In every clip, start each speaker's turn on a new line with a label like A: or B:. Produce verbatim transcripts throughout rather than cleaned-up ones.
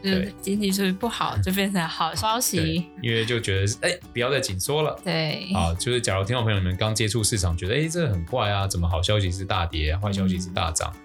A: 就是经济数据不好就变成好消息，
B: 因为就觉得哎，不要再紧缩了。
A: 对，
B: 啊，就是假如听众朋友们刚接触市场，觉得哎，这个很怪啊，怎么好消息是大跌，坏消息是大涨？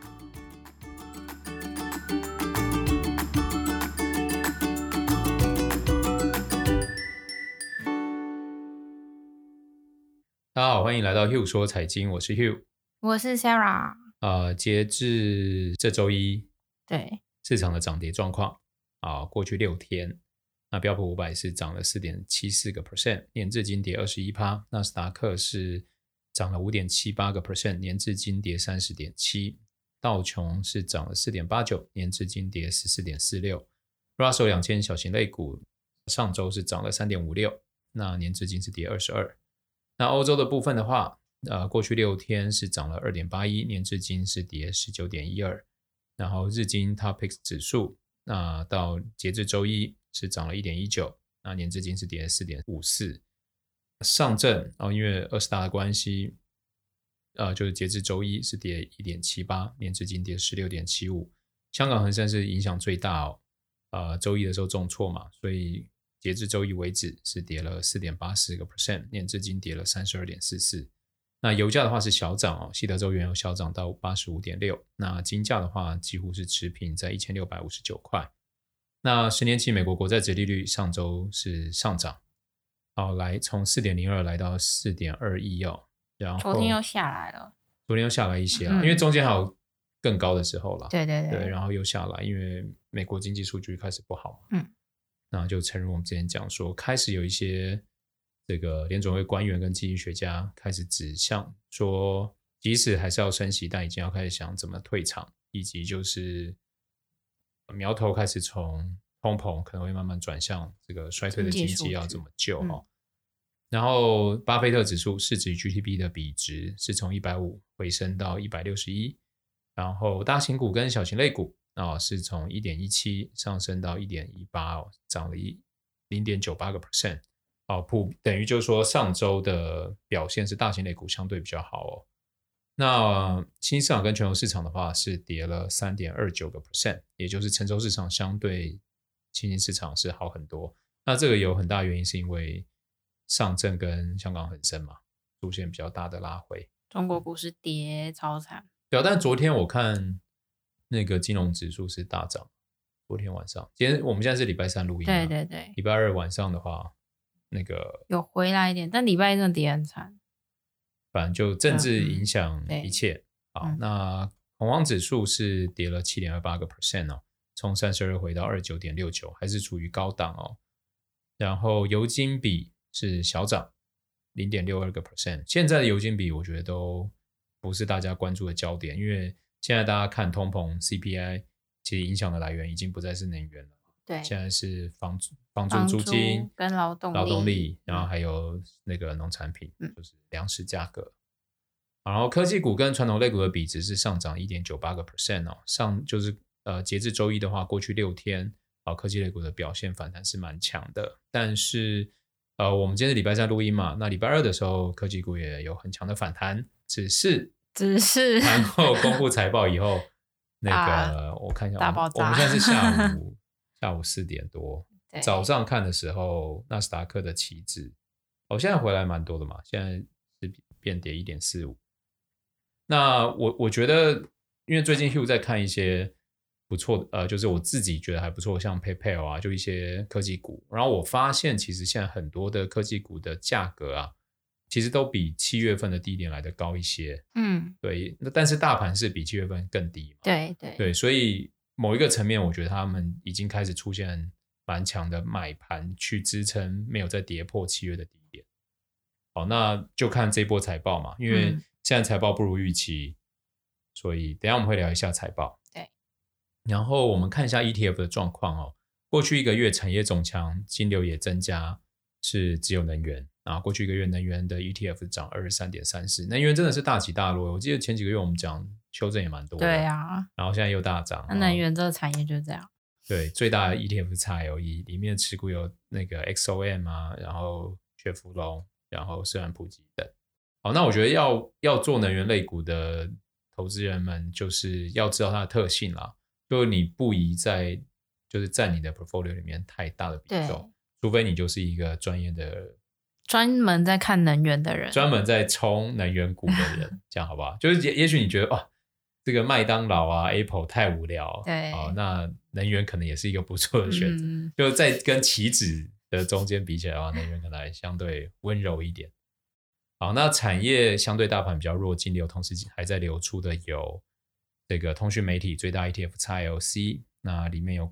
B: 大家好，欢迎来到 Hugh 说财经，我是 Hugh，
A: 我是 Sarah。
B: 呃，截至这周一，
A: 对
B: 市场的涨跌状况啊，过去六天，那标普五百是涨了 百分之四点七四 年至今跌 百分之二十一， 纳斯达克是涨了 百分之五点七八 年至今跌 百分之三十点七， 道琼是涨了 百分之四点八九 年至今跌 百分之十四点四六， Russell 两千小型类股上周是涨了 百分之三点五六， 那年至今是跌二十二。那欧洲的部分的话，呃，过去六天是涨了 二点八一， 年至今是跌 十九点一二， 然后日经 Topix 指数那到截至周一是涨了 一点一九， 那年至今是跌 四点五四。 上证、哦、因为二十大的关系，呃，就是截至周一是跌 一点七八， 年至今跌 十六点七五。 香港恒生是影响最大哦，呃，周一的时候重挫嘛，所以截至周一为止是跌了 百分之四点八四， 年至今跌了 三十二点四四。 那油价的话是小涨哦，西德州原油小涨到 八十五点六， 那金价的话几乎是持平在一千六百五十九块。那十年期美国国债殖利率上周是上涨，哦，来从 四点零二 来到 四点二一 哦，然后
A: 昨天又下来了，
B: 昨天又下来一些啦、
A: 嗯、
B: 因为中间还有更高的时候啦，
A: 对对 对,
B: 对，然后又下来，因为美国经济数据开始不好嘛，
A: 嗯，
B: 那就诚如我们之前讲说，开始有一些这个联准会官员跟经济学家开始指向说，即使还是要升息，但已经要开始想怎么退场，以及就是苗头开始从通膨可能会慢慢转向这个衰退的经济要怎么救、嗯、然后巴菲特指数市值与 G D P 的比值是从一百五十回升到一百六十一，然后大型股跟小型类股、哦、是从 一点一七 上升到 一点一八、哦、涨了 零点九八 哦，普等于就是说上周的表现是大型类股相对比较好哦。那新兴市场跟全球市场的话是跌了 百分之三点二九， 也就是成熟市场相对新兴市场是好很多。那这个有很大原因是因为上证跟香港恒生嘛出现比较大的拉回，
A: 中国股市跌超惨。
B: 对啊，但昨天我看那个金融指数是大涨，昨天晚上，今天我们现在是礼拜三录音嘛，
A: 对对对，
B: 礼拜二晚上的话那个
A: 有回来一点，但礼拜一真的跌很惨。
B: 反正就政治影响一切、
A: 嗯、
B: 好、
A: 嗯、
B: 那恐慌指数是跌了 七点二八 哦，从三十二回到 二十九点六九， 还是处于高档哦。然后油金比是小涨 零点六二 现在的油金比我觉得都不是大家关注的焦点，因为现在大家看通膨 C P I 其实影响的来源已经不再是能源了，
A: 对，
B: 现在是房租、房租租金
A: 跟劳动力，
B: 劳动力，然后还有那个农产品、嗯、就是粮食价格。然后科技股跟传统类股的比值是上涨 一点九八 哦，上就是呃截至周一的话，过去六天啊，科技类股的表现反弹是蛮强的。但是呃我们今天是礼拜三录音嘛，那礼拜二的时候科技股也有很强的反弹，只是
A: 只是
B: 然后公布财报以后那个我看一下大爆炸，我们现在是下午下午四点多，早上看的时候纳斯达克的期指哦，现在回来蛮多的嘛，现在是变跌 一点四五。那我我觉得因为最近 Hugh 在看一些不错呃，就是我自己觉得还不错，像 PayPal 啊，就一些科技股，然后我发现其实现在很多的科技股的价格啊其实都比七月份的低点来的高一些，
A: 嗯，
B: 对，但是大盘是比七月份更低嘛，
A: 对对
B: 对，所以某一个层面我觉得他们已经开始出现蛮强的买盘去支撑没有再跌破七月的低点。好，那就看这波财报嘛，因为现在财报不如预期、嗯、所以等一下我们会聊一下财报。
A: 对，
B: 然后我们看一下 E T F 的状况哦。过去一个月产业总强，金流也增加，是只有能源，然后过去一个月能源的 E T F 涨 二十三点三四， 能源真的是大起大落，我记得前几个月我们讲修正也蛮多的，
A: 对啊，
B: 然后现在又大涨。
A: 那能源这个产业就是这样，
B: 对，最大的 E T F 是 X L E， 里面持股有那个 X O M 啊，然后雪佛龙，然后虽然普及等。好，那我觉得要要做能源类股的投资人们就是要知道它的特性啦，就是你不宜在就是占你的 portfolio 里面太大的比重
A: 对，
B: 除非你就是一个专业的
A: 专门在看能源的人，
B: 专门在冲能源股的人这样好不好？就是也也许你觉得哦，这个麦当劳啊 Apple 太无聊，
A: 对、
B: 哦，那能源可能也是一个不错的选择，
A: 嗯、
B: 就在跟期指的中间比起来的话，能源可能还相对温柔一点。好，那产业相对大盘比较弱，金流同时还在流出的有这个通讯媒体最大 E T F X L C， 那里面有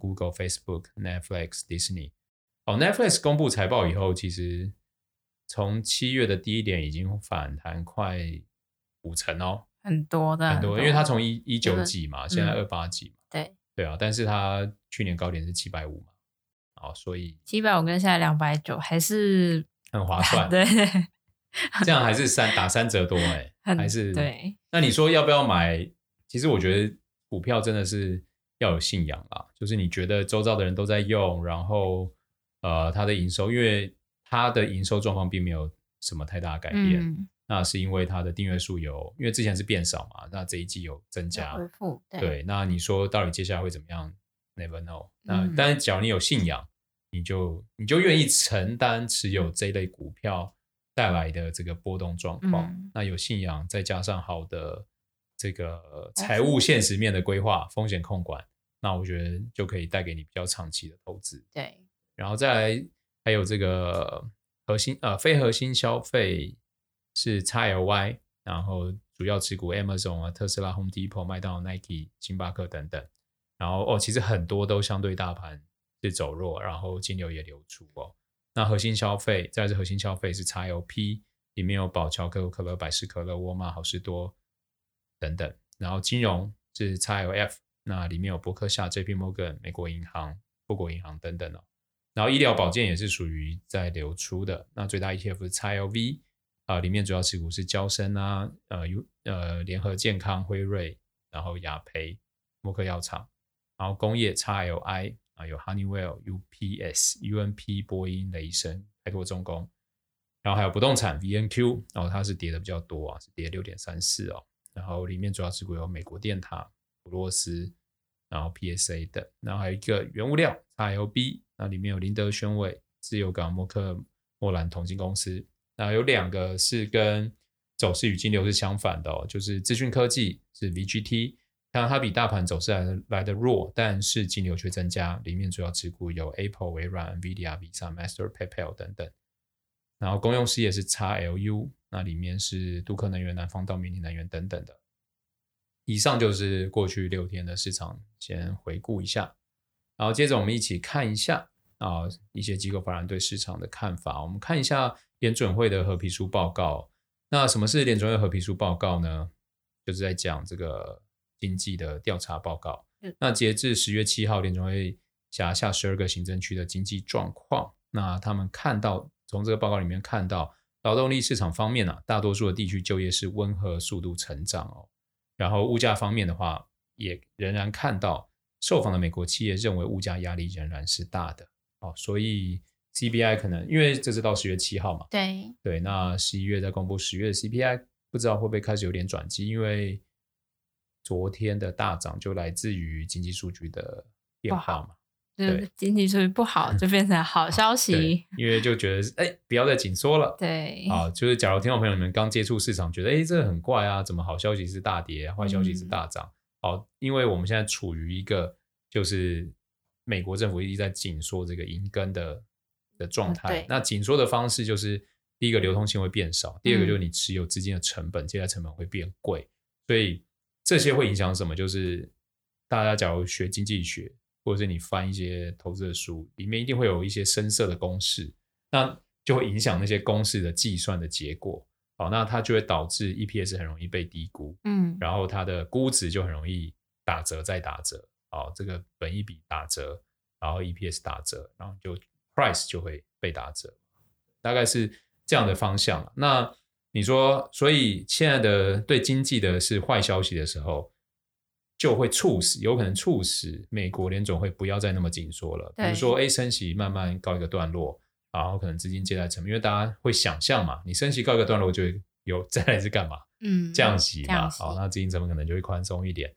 B: Google、Facebook、Netflix、Disney。哦 ，Netflix 公布财报以后，其实从七月的低点已经反弹快五成哦，
A: 很多的，
B: 很多，因为它从一一九几嘛，
A: 嗯、
B: 现在二八几嘛，
A: 对
B: 对啊，但是它去年高点是七百五嘛，哦，所以
A: 七百五跟现在两百九还是
B: 很划算，
A: 对。
B: 这样还是三打三折多哎、欸，还是
A: 对。
B: 那你说要不要买？其实我觉得股票真的是要有信仰啦，就是你觉得周遭的人都在用，然后呃，它的营收，因为它的营收状况并没有什么太大的改变，
A: 嗯、
B: 那是因为它的订阅数有，因为之前是变少嘛，那这一季有增加，
A: 恢复，对，
B: 对。那你说到底接下来会怎么样 ？Never know。那、
A: 嗯、
B: 但是假如你有信仰，你就你就愿意承担持有这一类股票带来的这个波动状况、嗯，那有信仰，再加上好的这个财务现实面的规划、风险控管，那我觉得就可以带给你比较长期的投资。
A: 对，
B: 然后再来还有这个核心呃非核心消费是 X L Y， 然后主要持股 Amazon 啊、特斯拉、Home Depot、麦当劳、Nike、星巴克等等。然后哦，其实很多都相对大盘是走弱，然后金流也流出哦。那核心消费，再来是核心消费是 X L P， 里面有宝乔、可口可乐、百事可乐、沃尔玛、好事多等等。然后金融是 X L F， 那里面有伯克夏、J P Morgan、美国银行、富国银行等等哦。然后医疗保健也是属于在流出的，那最大 E T F 是 X L V， 呃，里面主要持股是交生啊、呃呃联合健康、辉瑞，然后雅培、默克药厂，然后工业 X L I。啊、有 Honeywell、U P S、U N P、波音、雷神、台拓重工，然后还有不动产 V N Q， 哦，它是跌的比较多啊，是跌 六点三四 哦。然后里面主要持股有美国电塔、普洛斯，然后 P S A 等，然后还有一个原物料 X L B， 那里面有林德宣伟、自由港、默克莫兰统计公司，那有两个是跟走势与金流是相反的哦，就是资讯科技是 V G T。当然它比大盘走势 来, 来的弱，但是金流却增加，里面主要持股有 Apple、微软、Nvidia、Visa、Master、PayPal 等等。然后公用事业是 X L U， 那里面是杜克能源、南方道、明体能源等等的。以上就是过去六天的市场，先回顾一下。然后接着我们一起看一下啊一些机构法人对市场的看法。我们看一下联准会的褐皮书报告。那什么是联准会褐皮书报告呢？就是在讲这个经济的调查报告，那截至十月七号，联准会辖下十二个行政区的经济状况。那他们看到，从这个报告里面看到，劳动力市场方面啊，大多数的地区就业是温和速度成长哦。然后物价方面的话，也仍然看到受访的美国企业认为物价压力仍然是大的哦。所以 C P I 可能因为这是到十月七号嘛，
A: 对
B: 对，那十一月再公布十月的 C P I， 不知道会不会开始有点转机，因为昨天的大涨就来自于经济数据的变化嘛，
A: 对，经济数据不好就变成好消息，
B: 因为就觉得哎，不要再紧缩了。
A: 对，
B: 啊，就是假如听众朋友们刚接触市场，觉得哎，这很怪啊，怎么好消息是大跌，坏消息是大涨？好、嗯，因为我们现在处于一个就是美国政府一直在紧缩这个银根的的状态、嗯。那紧缩的方式就是第一个流通性会变少，第二个就是你持有资金的成本，借贷成本会变贵，所以这些会影响什么？就是大家假如学经济学，或者是你翻一些投资的书，里面一定会有一些深色的公式，那就会影响那些公式的计算的结果。好，那它就会导致 E P S 很容易被低估，嗯，然后它的估值就很容易打折再打折，好，这个本益比打折，然后 E P S 打折，然后就 price 就会被打折，大概是这样的方向。那你说，所以现在的对经济的是坏消息的时候，就会促使，有可能促使美国联总会不要再那么紧缩了。比如说，哎，升息慢慢告一个段落，然后可能资金借贷成本，因为大家会想象嘛，你升息告一个段落就会有再来是干嘛？嗯，降息嘛，好，那资金成本可能就会宽松一点。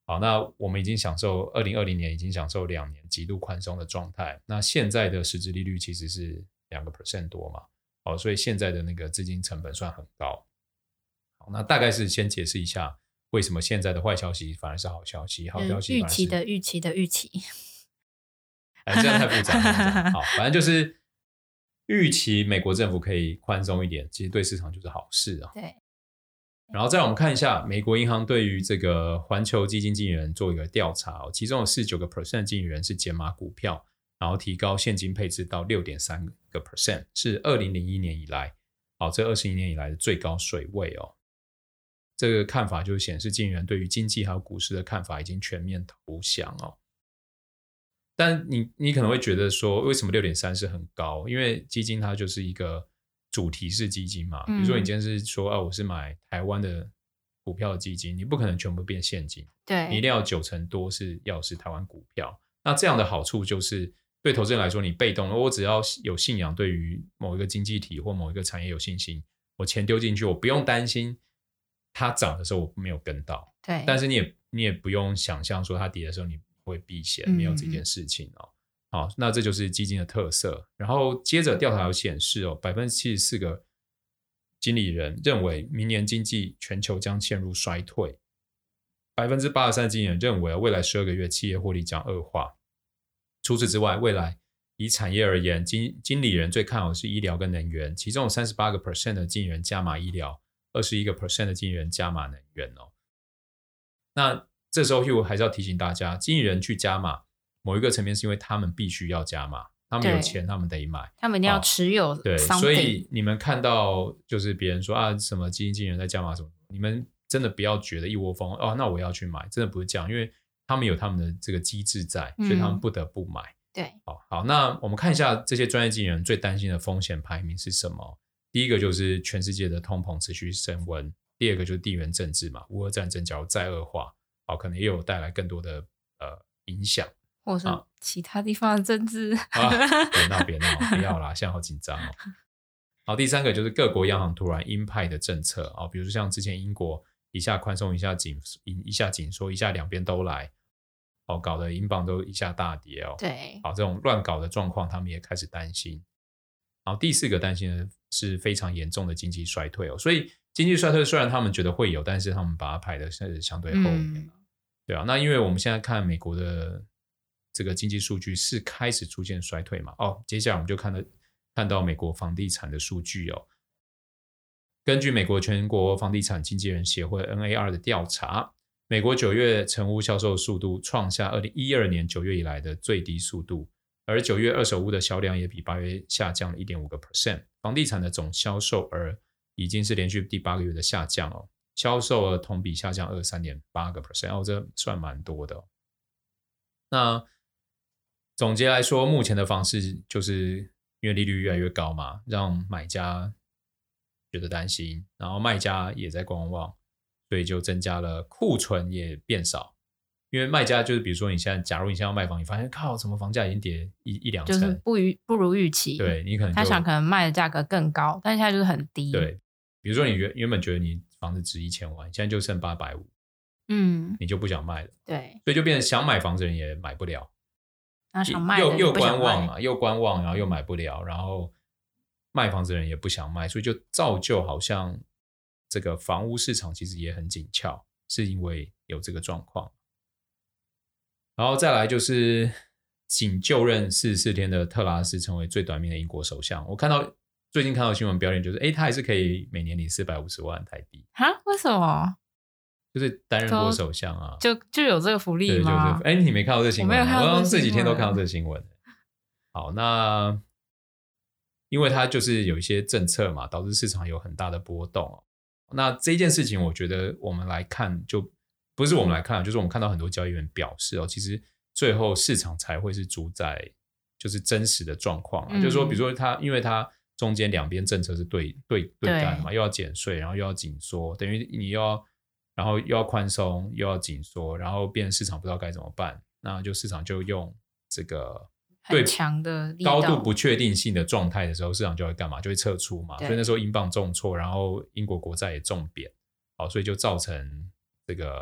B: 好，那我们已经享受二零二零年已经享受两年极度宽松的状态，那现在的实质利率其实是 百分之二 多嘛，好，所以现在的那个资金成本算很高。好，那大概是先解释一下为什么现在的坏消息反而是好消息，好消息
A: 预
B: 反而是
A: 期的预期的预期，
B: 哎，这样太复杂了。好，反正就是预期美国政府可以宽松一点，其实对市场就是好事啊。
A: 对。
B: 然后再来我们看一下美国银行对于这个环球基金经理人做一个调查哦，其中有 百分之四十九 的经理人是减码股票，然后提高现金配置到 百分之六点三， 是二零零一年以来哦，这二十一年以来的最高水位哦。这个看法就显示经理人对于经济还有股市的看法已经全面投降哦。但你你可能会觉得说，为什么 百分之六点三 是很高？因为基金它就是一个主题式基金嘛，比如说你今天是说、嗯啊、我是买台湾的股票的基金，你不可能全部变现金，
A: 对，
B: 你一定要九成多是要是台湾股票。那这样的好处就是对投资人来说，你被动了，我只要有信仰，对于某一个经济体或某一个产业有信心，我钱丢进去，我不用担心它涨的时候我没有跟到，
A: 对，
B: 但是你也你也不用想象说它跌的时候你会避险，没有这件事情哦。好，那这就是基金的特色。然后接着调查有显示哦 ，百分之七十四 个经理人认为明年经济全球将陷入衰退， 百分之八十三 的经理人认为未来十二个月企业获利将恶化。除此之外，未来以产业而言， 经, 经理人最看好是医疗跟能源，其中有 百分之三十八 的经理人加码医疗， 百分之二十一 的经理人加码能源哦。那这时候 Hugh 还是要提醒大家，经理人去加码某一个层面是因为他们必须要加码，他们有钱他们得买，
A: 他们一定要持有、哦、
B: 对，所以你们看到就是别人说啊什么基金经理人在加码什么，你们真的不要觉得一窝蜂哦，那我要去买，真的不是这样，因为他们有他们的这个机制在，所以他们不得不买、嗯、
A: 对，
B: 好，好，那我们看一下这些专业经理人最担心的风险排名是什么。第一个就是全世界的通膨持续升温，第二个就是地缘政治嘛，乌俄战争假如再恶化，好，可能也有带来更多的呃影响，
A: 或者是其他地方的政治、
B: 啊、别闹别闹不要啦，现在好紧张哦。好，第三个就是各国央行突然鹰派的政策、哦、比如说像之前英国一下宽松一下紧一下紧缩，一下两边都来、哦、搞得英镑都一下大跌哦。
A: 对，
B: 好，这种乱搞的状况他们也开始担心。好，第四个担心的是非常严重的经济衰退哦，所以经济衰退虽然他们觉得会有，但是他们把它排的是相对后面、嗯、对啊，那因为我们现在看美国的这个经济数据是开始出现衰退嘛，哦，接下来我们就看到看到美国房地产的数据哦。根据美国全国房地产经纪人协会 N A R 的调查，美国九月成屋销售速度创下二零一二年九月以来的最低速度，而九月二手屋的销量也比八月下降了 百分之一点五， 房地产的总销售额已经是连续第八个月的下降哦，销售额同比下降 二十三点八 哦，这算蛮多的哦。那总结来说，目前的方式就是因为利率越来越高嘛，让买家觉得担心，然后卖家也在观望，所以就增加了库存也变少。因为卖家就是比如说你现在假如你现在要卖房，你发现靠怎么房价已经跌一一两成，
A: 就是不如不如预期，
B: 对，你可能就
A: 他想可能卖的价格更高，但是现在就是很低。
B: 对，比如说你 原, 原本觉得你房子值一千万，现在就剩八百五十，
A: 嗯，
B: 你就不想卖了，
A: 对，
B: 所以就变成想买房子的人也买不了，
A: 那想卖的
B: 又又观望
A: 嘛，
B: 又观望，然后又买不了，然后卖房子的人也不想卖，所以就造就好像这个房屋市场其实也很紧俏，是因为有这个状况。然后再来就是仅就任四十四天的特拉斯成为最短命的英国首相。我看到最近看到新闻标题就是，哎，他还是可以每年领四百五十万台币。
A: 哈？为什么？
B: 就是担任过首相啊，
A: 就就有这个福利吗？
B: 哎、就是，你没看到这新闻？
A: 我没有看到这新闻，
B: 我刚这几天都看到这新闻。好，那因为他就是有一些政策嘛，导致市场有很大的波动哦。那这件事情，我觉得我们来看就。不是我们来看，就是我们看到很多交易员表示哦，其实最后市场才会是主宰，就是真实的状况啊、嗯。就是说，比如说它，因为它中间两边政策是对对对干嘛，又要减税，然后又要紧缩，等于你又要，然后又要宽松，又要紧缩，然后变成市场不知道该怎么办，那就市场就用这个对
A: 强的
B: 高度不确定性的状态的时候，市场就会干嘛？就会撤出嘛。所以那时候英镑重挫，然后英国国债也重贬，好，所以就造成。这个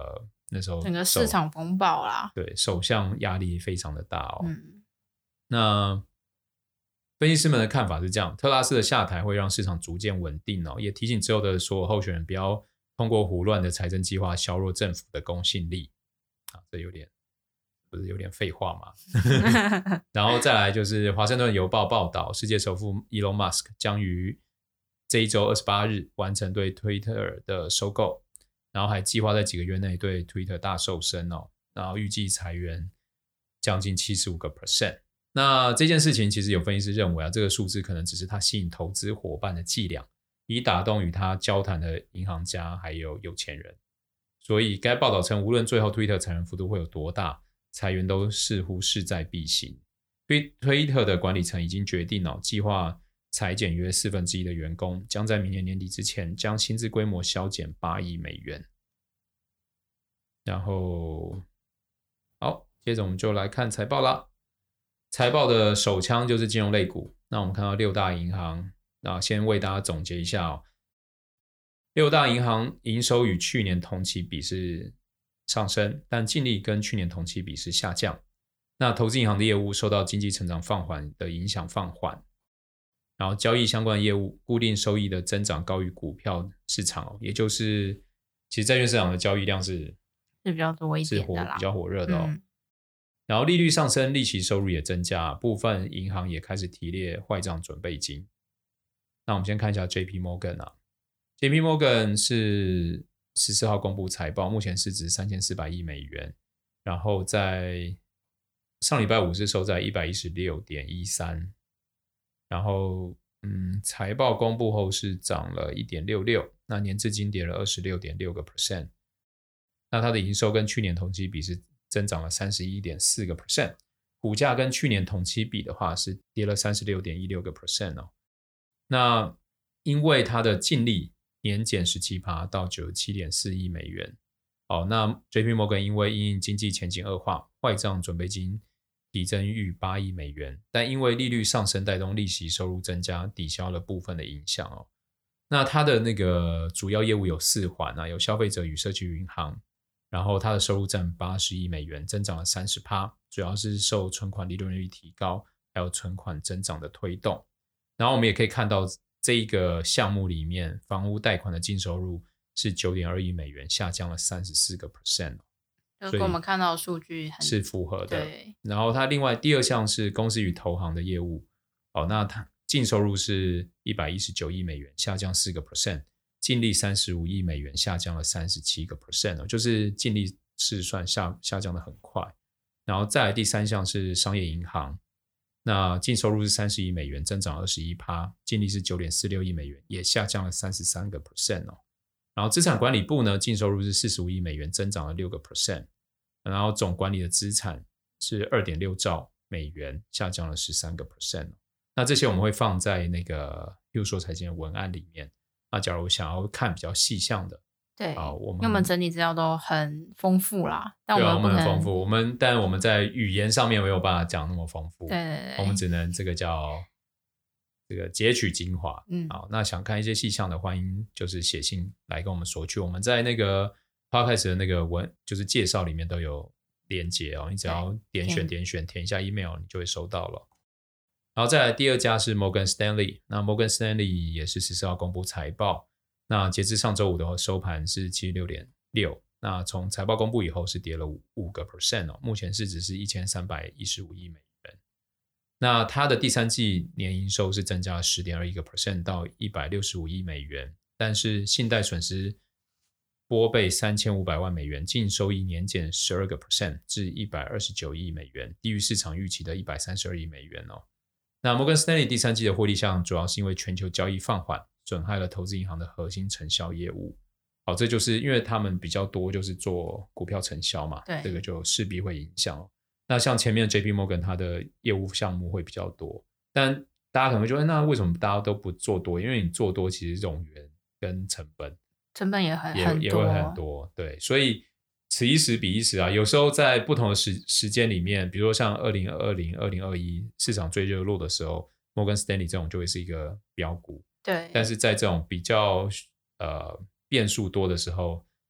B: 那时候
A: 整个市场风暴啦，
B: 对，首相压力非常的大哦。
A: 嗯，
B: 那分析师们的看法是这样，特拉斯的下台会让市场逐渐稳定哦，也提醒之后的所有候选人不要通过胡乱的财政计划削弱政府的公信力啊，这有点不是有点废话吗？然后再来就是华盛顿邮报报道，世界首富 Elon Musk 将于这一周二十八日完成对 Twitter 的收购，然后还计划在几个月内对 Twitter 大瘦身哦，然后预计裁员将近 百分之七十五。那这件事情其实有分析师认为啊，这个数字可能只是他吸引投资伙伴的伎俩，以打动与他交谈的银行家还有有钱人。所以该报道称，无论最后 Twitter 裁员幅度会有多大，裁员都似乎势在必行。Twitter 的管理层已经决定哦，计划裁减约四分之一的员工，将在明年年底之前将薪资规模削减八亿美元。然后，好，接着我们就来看财报啦。财报的首枪就是金融类股。那我们看到六大银行，那先为大家总结一下哦。六大银行营收与去年同期比是上升，但净利跟去年同期比是下降。那投资银行的业务受到经济成长放缓的影响放缓，然后交易相关的业务固定收益的增长高于股票市场哦，也就是其实债券市场的交易量是
A: 是比较多一点的啦，
B: 是火比较火热的哦。
A: 嗯，
B: 然后利率上升，利息收入也增加，部分银行也开始提列坏账准备金。那我们先看一下 J P Morgan 啊 ，J P Morgan 是十四号公布财报，目前市值三千四百亿美元，然后在上礼拜五是收在 一百一十六点一三， 然后嗯，财报公布后是涨了 一点六六， 那年至今跌了 百分之二十六点六， 那它的营收跟去年同期比是增长了 百分之三十一点四， 股价跟去年同期比的话是跌了 百分之三十六点一六 哦。那因为它的净利年减 百分之十七 到 九十七点四亿美元。哦，那 J P Morgan 因为因应经济前景恶化，坏账准备金提增逾八亿美元，但因为利率上升带动利息收入增加，抵消了部分的影响哦。那它的那个主要业务有四环啊，有消费者与社区银行，然后它的收入占八十亿美元，增长了 百分之三十， 主要是受存款利润率提高还有存款增长的推动。然后我们也可以看到这一个项目里面房屋贷款的净收入是 九点二亿美元，下降了 百分之三十四，
A: 就跟我们看到的数据很
B: 是符合的。
A: 对，
B: 然后它另外第二项是公司与投行的业务，哦，那它净收入是一百一十九亿美元，下降 百分之四， 净利三十五亿美元，下降了 百分之三十七， 哦，就是净利是算下下降的很快。然后再来第三项是商业银行，那净收入是三十亿美元，增长 百分之二十一， 净利是 九点四六亿美元，也下降了 百分之三十三， 哦。然后资产管理部呢，净收入是四十五亿美元，增长了 百分之六， 然后总管理的资产是 二点六兆美元，下降了 百分之十三。那这些我们会放在那个譬如说财经的文案里面。那假如想要看比较细项的，
A: 对，
B: 啊，我们
A: 因为我们整理资料都很丰富啦，但
B: 对啊，我
A: 我们不能
B: 们很丰富，我们但我们在语言上面没有办法讲那么丰富，
A: 对对对，
B: 我们只能这个叫这个截取精华。
A: 嗯，
B: 好，那想看一些细项的，欢迎就是写信来跟我们索取。我们在那个 podcast 的那个文就是介绍里面都有连结哦，你只要点选点选填一下 email， 你就会收到了。然后再来第二家是 Morgan Stanley， 那 Morgan Stanley 也是十四号公布财报，那截至上周五的收盘是 七十六点六， 那从财报公布以后是跌了 五个百分点哦，目前市值是一千三百一十五亿美元。那它的第三季年营收是增加了 十点二一 到一百六十五亿美元，但是信贷损失拨备三千五百万美元，净收益年减 百分之十二 至一百二十九亿美元，低于市场预期的一百三十二亿美元哦。那 Morgan Stanley 第三季的获利项主要是因为全球交易放缓，损害了投资银行的核心承销业务。好，这就是因为他们比较多就是做股票承销嘛，
A: 对，
B: 这个就势必会影响哦。那像前面的 J P Morgan 它的业务项目会比较多，但大家可能会觉得那为什么大家都不做多？因为你做多其实冗员跟成本
A: 成本也很
B: 也
A: 很多，
B: 也会很多，对，所以此一时彼一时啊。有时候在不同的时时间里面，比如说像二零二零、二零二一市场最热络的时候 ，Morgan Stanley 这种就会是一个标股，
A: 对。
B: 但是在这种比较呃变数多的时候，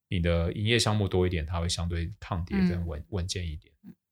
B: 你的营业项目多一点，它会相对抗跌更稳、嗯、稳健一点。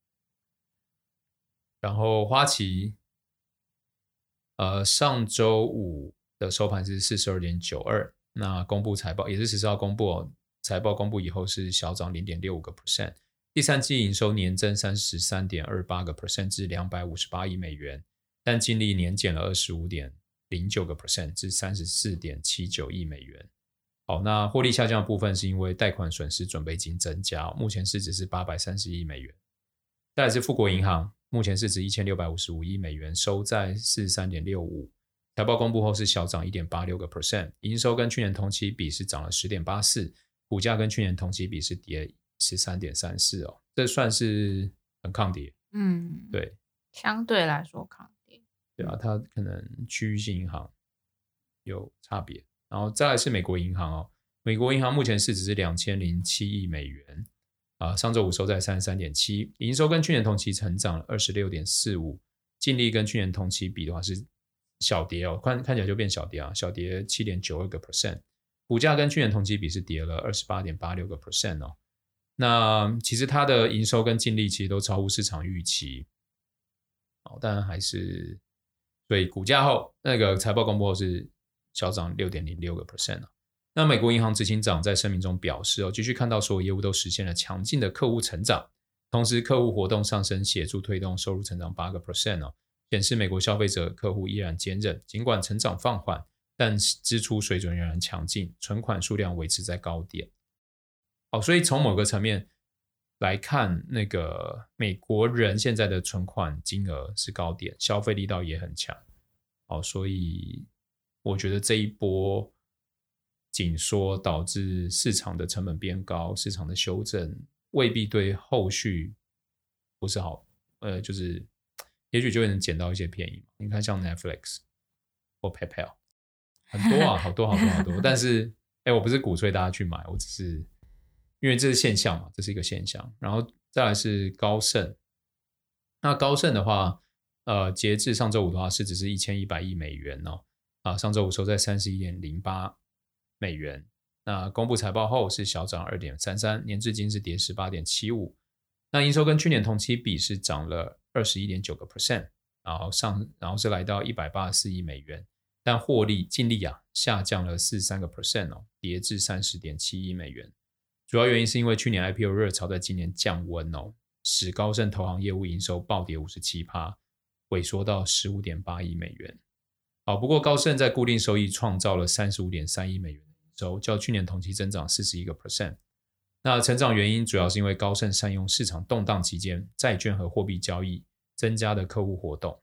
B: 然后花旗，呃，上周五的收盘是 四十二点九二， 那公布财报也是十四号公布哦，财报公布以后是小涨 零点六五个百分点， 第三季营收年增 三十三点二八个百分点 至两百五十八亿美元，但净利年减了 二十五点零九个百分点 至 三十四点七九亿美元。好，那获利下降的部分是因为贷款损失准备金增加，目前市值是八百三十亿美元。再来是富国银行，目前市值一千六百五十五亿美元，收在 四十三点六五， 财报公布后是小涨 一点八六个百分点， 营收跟去年同期比是涨了 十点八四， 股价跟去年同期比是跌 十三点三四 哦，这算是很抗跌。
A: 嗯，
B: 对，
A: 相对来说抗跌。
B: 对啊，它可能区域性银行有差别。然后再来是美国银行哦，美国银行目前市值是两千零七亿美元，啊，上周五收在 三十三点七， 营收跟去年同期成长了 二十六点四五， 净利跟去年同期比的话是小跌哦，看看起来就变小跌啊，小跌 七点九二个百分点， 股价跟去年同期比是跌了 二十八点八六个百分点 哦。那其实它的营收跟净利其实都超乎市场预期，哦，但还是所以股价后那个财报公布后是小涨 六点零六个百分点 啊。那美国银行执行长在声明中表示哦，继续看到所有业务都实现了强劲的客户成长，同时客户活动上升协助推动收入成长 八个百分点 哦，显示美国消费者客户依然坚韧，尽管成长放缓，但支出水准仍然强劲，存款数量维持在高点。好，所以从某个层面来看，那个美国人现在的存款金额是高点，消费力道也很强。好，所以我觉得这一波紧缩导致市场的成本变高，市场的修正未必对后续不是好，呃，就是也许就会能捡到一些便宜。你看像 Netflix 或 PayPal 很多啊，好多好多好多。但是，哎，我不是鼓吹大家去买，我只是因为这是现象嘛，这是一个现象。然后再来是高盛，那高盛的话，呃，截至上周五的话，市值是一千一百亿美元哦，啊，上周五收在 三十一点零八美元。那公布财报后是小涨 二点三三， 年至今是跌 十八点七五。那营收跟去年同期比是涨了 二十一点九个百分点， 然后上然后是来到一百八十四亿美元，但获利净利啊下降了 四十三个百分点 哦，跌至 三十点七亿美元。主要原因是因为去年 I P O 热潮在今年降温哦，使高盛投行业务营收暴跌 百分之五十七， 萎缩到 十五点八亿美元。好，不过高盛在固定收益创造了 三十五点三亿美元的营收，较去年同期增长 四十一个百分点。 那成长原因主要是因为高盛善用市场动荡期间债券和货币交易增加的客户活动，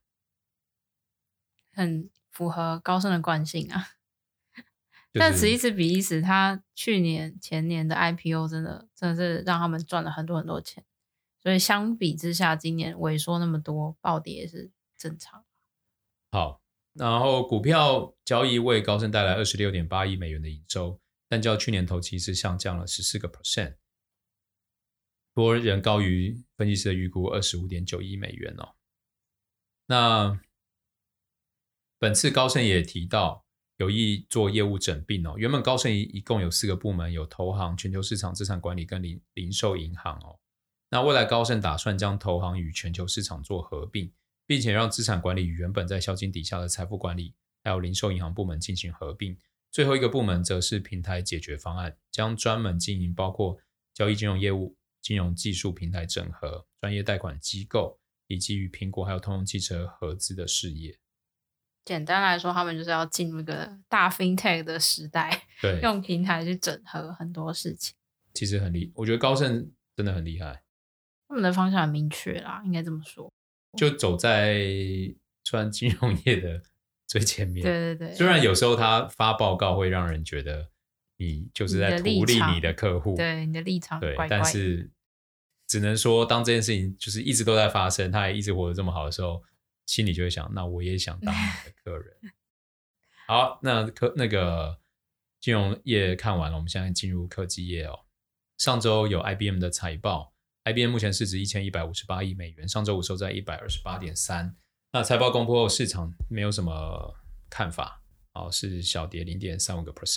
A: 很符合高盛的惯性啊。
B: 就是、
A: 但此一时彼一时，他去年前年的 I P O 真的真的是让他们赚了很多很多钱，所以相比之下今年萎缩那么多，暴跌也是正常。
B: 好，然后股票交易为高盛带来 二十六点八亿美元的营收，但较去年同期是下降了 十四个百分点， 不过仍高于分析师的预估 二十五点九亿美元哦。那本次高盛也提到有意做业务整并哦，原本高盛一共有四个部门，有投行、全球市场资产管理跟 零, 零售银行哦。那未来高盛打算将投行与全球市场做合并，并且让资产管理与原本在销金底下的财富管理还有零售银行部门进行合并。最后一个部门则是平台解决方案，将专门经营包括交易金融业务、金融技术平台整合、专业贷款机构以及与苹果还有通用汽车合资的事业。
A: 简单来说，他们就是要进入一个大 fintech 的时代，
B: 对，
A: 用平台去整合很多事情。
B: 其实很厉害，我觉得高盛真的很厉害，
A: 他们的方向很明确啦，应该这么说，
B: 就走在算金融业的最前面。
A: 对对对，
B: 虽然有时候他发报告会让人觉得你就是在图利你的客户，
A: 对，你的立场怪怪的，
B: 对，但是只能说当这件事情就是一直都在发生，他也一直活得这么好的时候，心里就会想，那我也想当你的客人。好，那科那个金融业看完了，我们现在进入科技业哦。上周有 I B M 的财报， I B M 目前市值一千一百五十八亿美元，上周五收在 一百二十八点三。 那财报公布后市场没有什么看法，哦，是小跌 零点三五个百分点。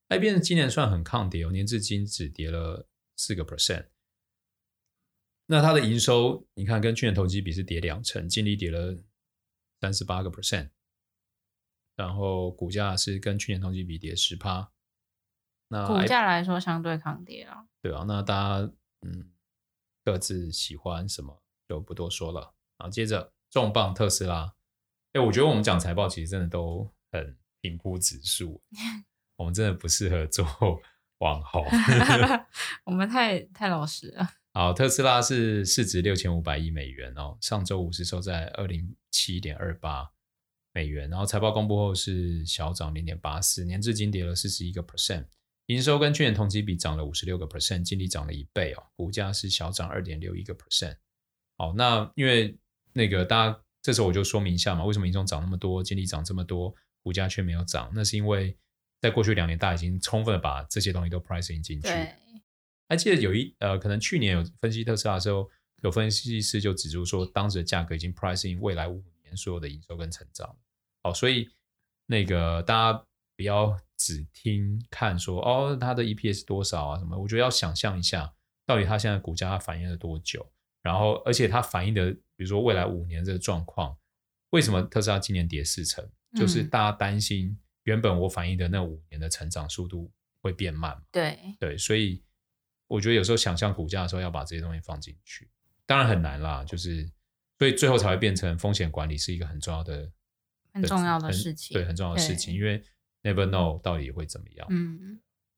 B: I B M 今年算很抗跌哦，年至今只跌了 百分之四。那它的营收你看跟去年同期比是跌两成，净利跌了 百分之三十八， 然后股价是跟去年同期比跌 百分之十。 那
A: 股价来说相对抗跌了。
B: 对啊，那大家嗯各自喜欢什么就不多说了。然后接着重磅特斯拉，哎，我觉得我们讲财报其实真的都很平铺直述，我们真的不适合做网红。
A: 我们太太老实了。
B: 好，特斯拉是市值六千五百亿美元哦，上周五是收在 二零七点二八美元，然后财报公布后是小涨 零点八四， 年至今跌了 百分之四十一， 营收跟去年同期比涨了 百分之五十六， 净利涨了一倍哦，股价是小涨 二点六一。 好，那因为那个大家这时候我就说明一下嘛，为什么营收涨那么多，净利涨这么多，股价却没有涨，那是因为在过去两年大家已经充分的把这些东西都 pricing 进去。
A: 对，
B: 还记得有一呃，可能去年有分析特斯拉的时候，有分析师就指出说，当时的价格已经 pricing 未来五年所有的营收跟成长。好，所以那个大家不要只听看说哦，它的 E P S 多少啊什么，我觉得要想象一下，到底它现在股价它反映了多久，然后而且它反映的，比如说未来五年这个状况，为什么特斯拉今年跌四成，就是大家担心原本我反映的那五年的成长速度会变慢嘛。
A: 对
B: 对，所以我觉得有时候想象股价的时候要把这些东西放进去，当然很难啦，就是所以最后才会变成风险管理是一个很重要的
A: 很重要的事情。
B: 对，很重要的事情，因为 never know 到底会怎么样。
A: 嗯，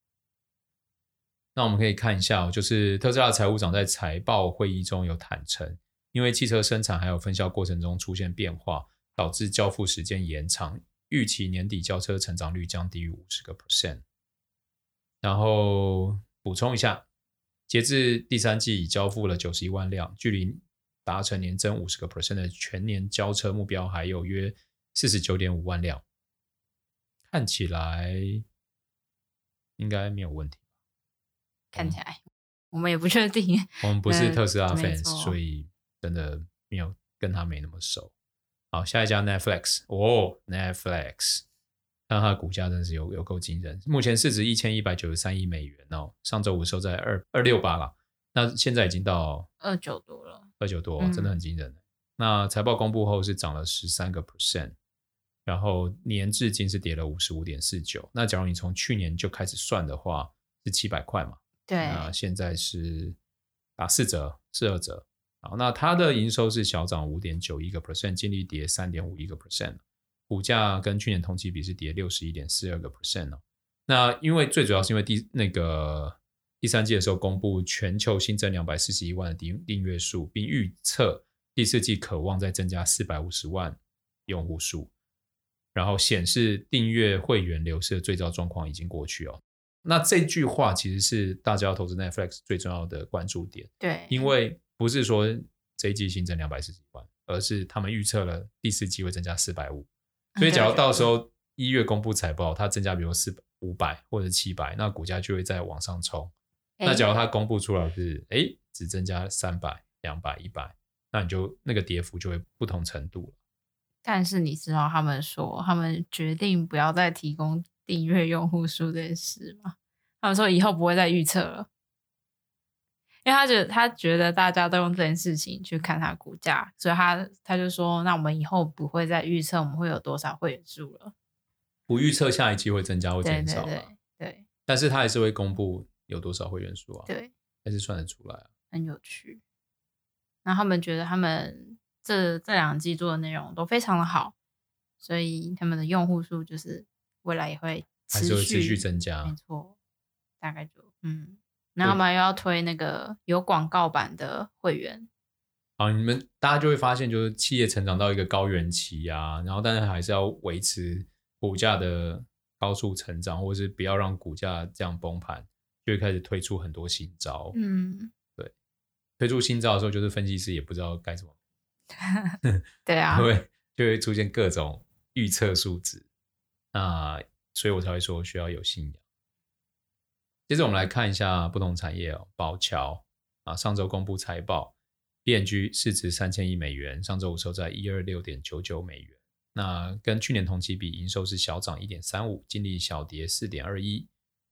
B: 那我们可以看一下、哦、就是特斯拉的财务长在财报会议中有坦诚，因为汽车生产还有分销过程中出现变化，导致交付时间延长，预期年底交车成长率将低于 百分之五十。 然后补充一下，截至第三季已交付了九十一万辆，距离达成年增 百分之五十 的全年交车目标还有约 四十九点五万辆，看起来应该没有问题。
A: 看起来、嗯、我们也不确定，
B: 我们不是特斯拉 fans， 所
A: 以
B: 真的没有跟他没那么熟。好，下一家 Netflix， 哦 Netflix， 看它的股价真的是有有够惊人，目前市值一千一百九十三亿美元哦，上周五收在二百六十八啦，那现在已经到
A: 二十九多了，
B: 二十九多、哦嗯、真的很惊人。那财报公布后是涨了 百分之十三， 然后年至今是跌了 五十五点四九， 那假如你从去年就开始算的话是七百块嘛，
A: 对，
B: 那现在是打四折，四二折。好，那它的营收是小涨 五点九一 净利跌 三点五一， 股价跟去年同期比是跌 六十一点四二、哦、那因为最主要是因为第那个第三季的时候公布全球新增两百四十一万的订阅数，并预测第四季可望再增加四百五十万用户数，然后显示订阅会员流失的最糟状况已经过去哦。那这句话其实是大家要投资 Netflix 最重要的关注点，
A: 对，
B: 因为不是说这一季新增两百四十万，而是他们预测了第四季会增加四百五十，所以假如到时候一月公布财报，它增加比如五百或者七百，那股价就会再往上冲。那假如它公布出来是诶只增加三百、两百、一百，那你就那个跌幅就会不同程度了。
A: 但是你知道他们说他们决定不要再提供订阅用户数这件事吗？他们说以后不会再预测了，因为他觉得他觉得大家都用这件事情去看他股价，所以他他就说那我们以后不会再预测我们会有多少会员数了，
B: 不预测下一季会增加或减少，
A: 对对对对，
B: 但是他还是会公布有多少会员数啊，
A: 对，
B: 还是算得出来啊，
A: 很有趣。然后他们觉得他们这这两季做的内容都非常的好，所以他们的用户数就是未来也会持续
B: 还是会持续增加，
A: 没错，大概就嗯，然后他们又要推那个有广告版的会员。
B: 好，你们大家就会发现，就是企业成长到一个高原期啊，然后但是还是要维持股价的高速成长，或是不要让股价这样崩盘，就会开始推出很多新招。
A: 嗯，
B: 对，推出新招的时候，就是分析师也不知道该怎么
A: 对啊，
B: 对，就会出现各种预测数值，那所以我才会说需要有信仰。接着我们来看一下不同产业哦，宝乔啊，上周公布财报 ，B N G 市值三千亿美元，上周五收在一百二十六点九九美元，那跟去年同期比，营收是小涨 一点三五，净利小跌 四点二一，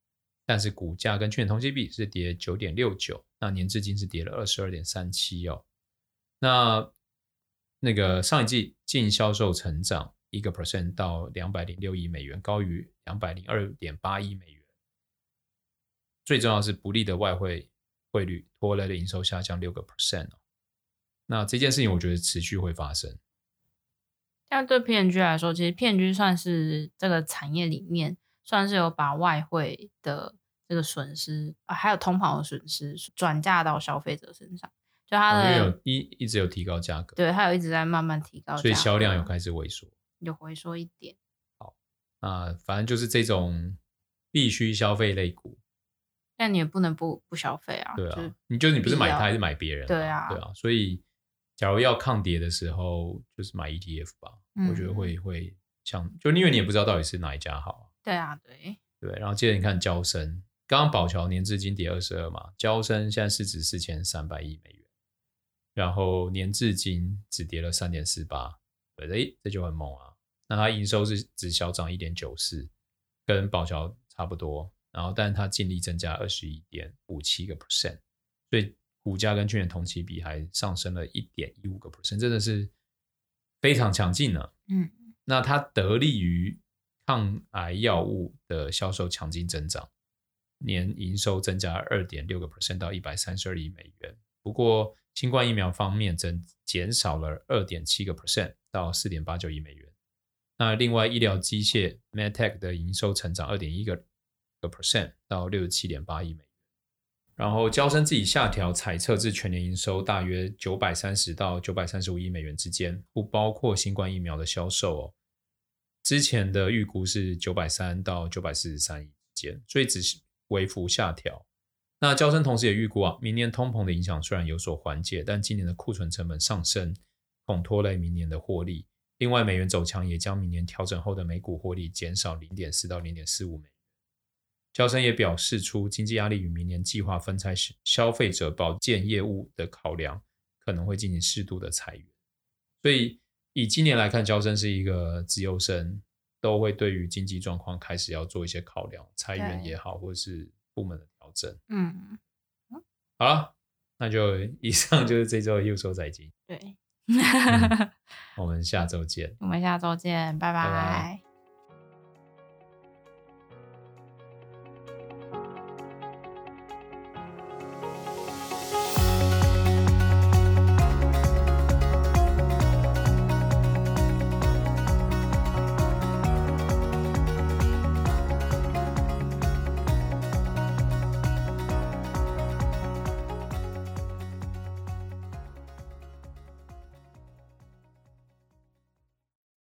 B: 但是股价跟去年同期比是跌 九点六九， 那年至今是跌了 二十二点三七 哦。那那个上一季净销售成长 百分之一 到两百零六亿美元，高于 两百零二点八亿美元。最重要的是不利的外汇汇率拖累了营收下降 百分之六、哦、那这件事情我觉得持续会发生。
A: 但对 P and G 来说，其实 P and G 算是这个产业里面算是有把外汇的这个损失、啊、还有通膨的损失转嫁到消费者身上，就它的、
B: 哦、因为有 一, 一直有提高价格，
A: 对，它有一直在慢慢提高价格，
B: 所以销量有开始萎缩，
A: 有回缩一点。
B: 好，那反正就是这种必须消费类股，
A: 但你也不能不不消费啊。
B: 对啊，
A: 就是
B: 你就是你不是买它还是买别人、啊？
A: 对啊，
B: 对啊，所以假如要抗跌的时候，就是买 E T F 吧，嗯、我觉得会会像，就因为你也不知道到底是哪一家好、啊。
A: 对啊，对
B: 对，然后接着你看交生，刚刚宝乔年至今跌二十二嘛，交生现在市值四千三百亿美元，然后年至今只跌了 三点四八， 对，诶，这就很猛啊。那它营收是只小涨 一点九四， 跟宝乔差不多，然后但是它净利增加 二十一点五七个 percent， 所以股价跟去年同期比还上升了 一点一五个 percent， 真的是非常强劲呢。
A: 嗯，
B: 那它得利于抗癌药物的销售强劲增长，年营收增加 二点六个 percent 到一百三十二亿美元。不过新冠疫苗方面增减少了 二点七个 percent 到四点八九亿美元。那另外医疗机械 MedTech 的营收成长 二点一个 percent 到六十七点八亿美元。然后交生自己下调猜测至全年营收大约九百三十到九百三十五亿美元之间，不包括新冠疫苗的销售哦。之前的预估是九百三十到九百四十三亿之间，所以只是微幅下调。那交生同时也预估啊，明年通膨的影响虽然有所缓解，但今年的库存成本上升恐拖累明年的获利。另外美元走强也将明年调整后的每股获利减少 零点四到零点四五美元。交生也表示出经济压力与明年计划分拆消费者保健业务的考量，可能会进行适度的裁员。所以以今年来看，交生是一个资优生，都会对于经济状况开始要做一些考量，裁员也好，或者是部门的调整。
A: 嗯，
B: 好了，那就以上就是这周的右手财经。
A: 对、
B: 嗯，我们下周见。
A: 我们下周见，拜拜。
B: 拜拜。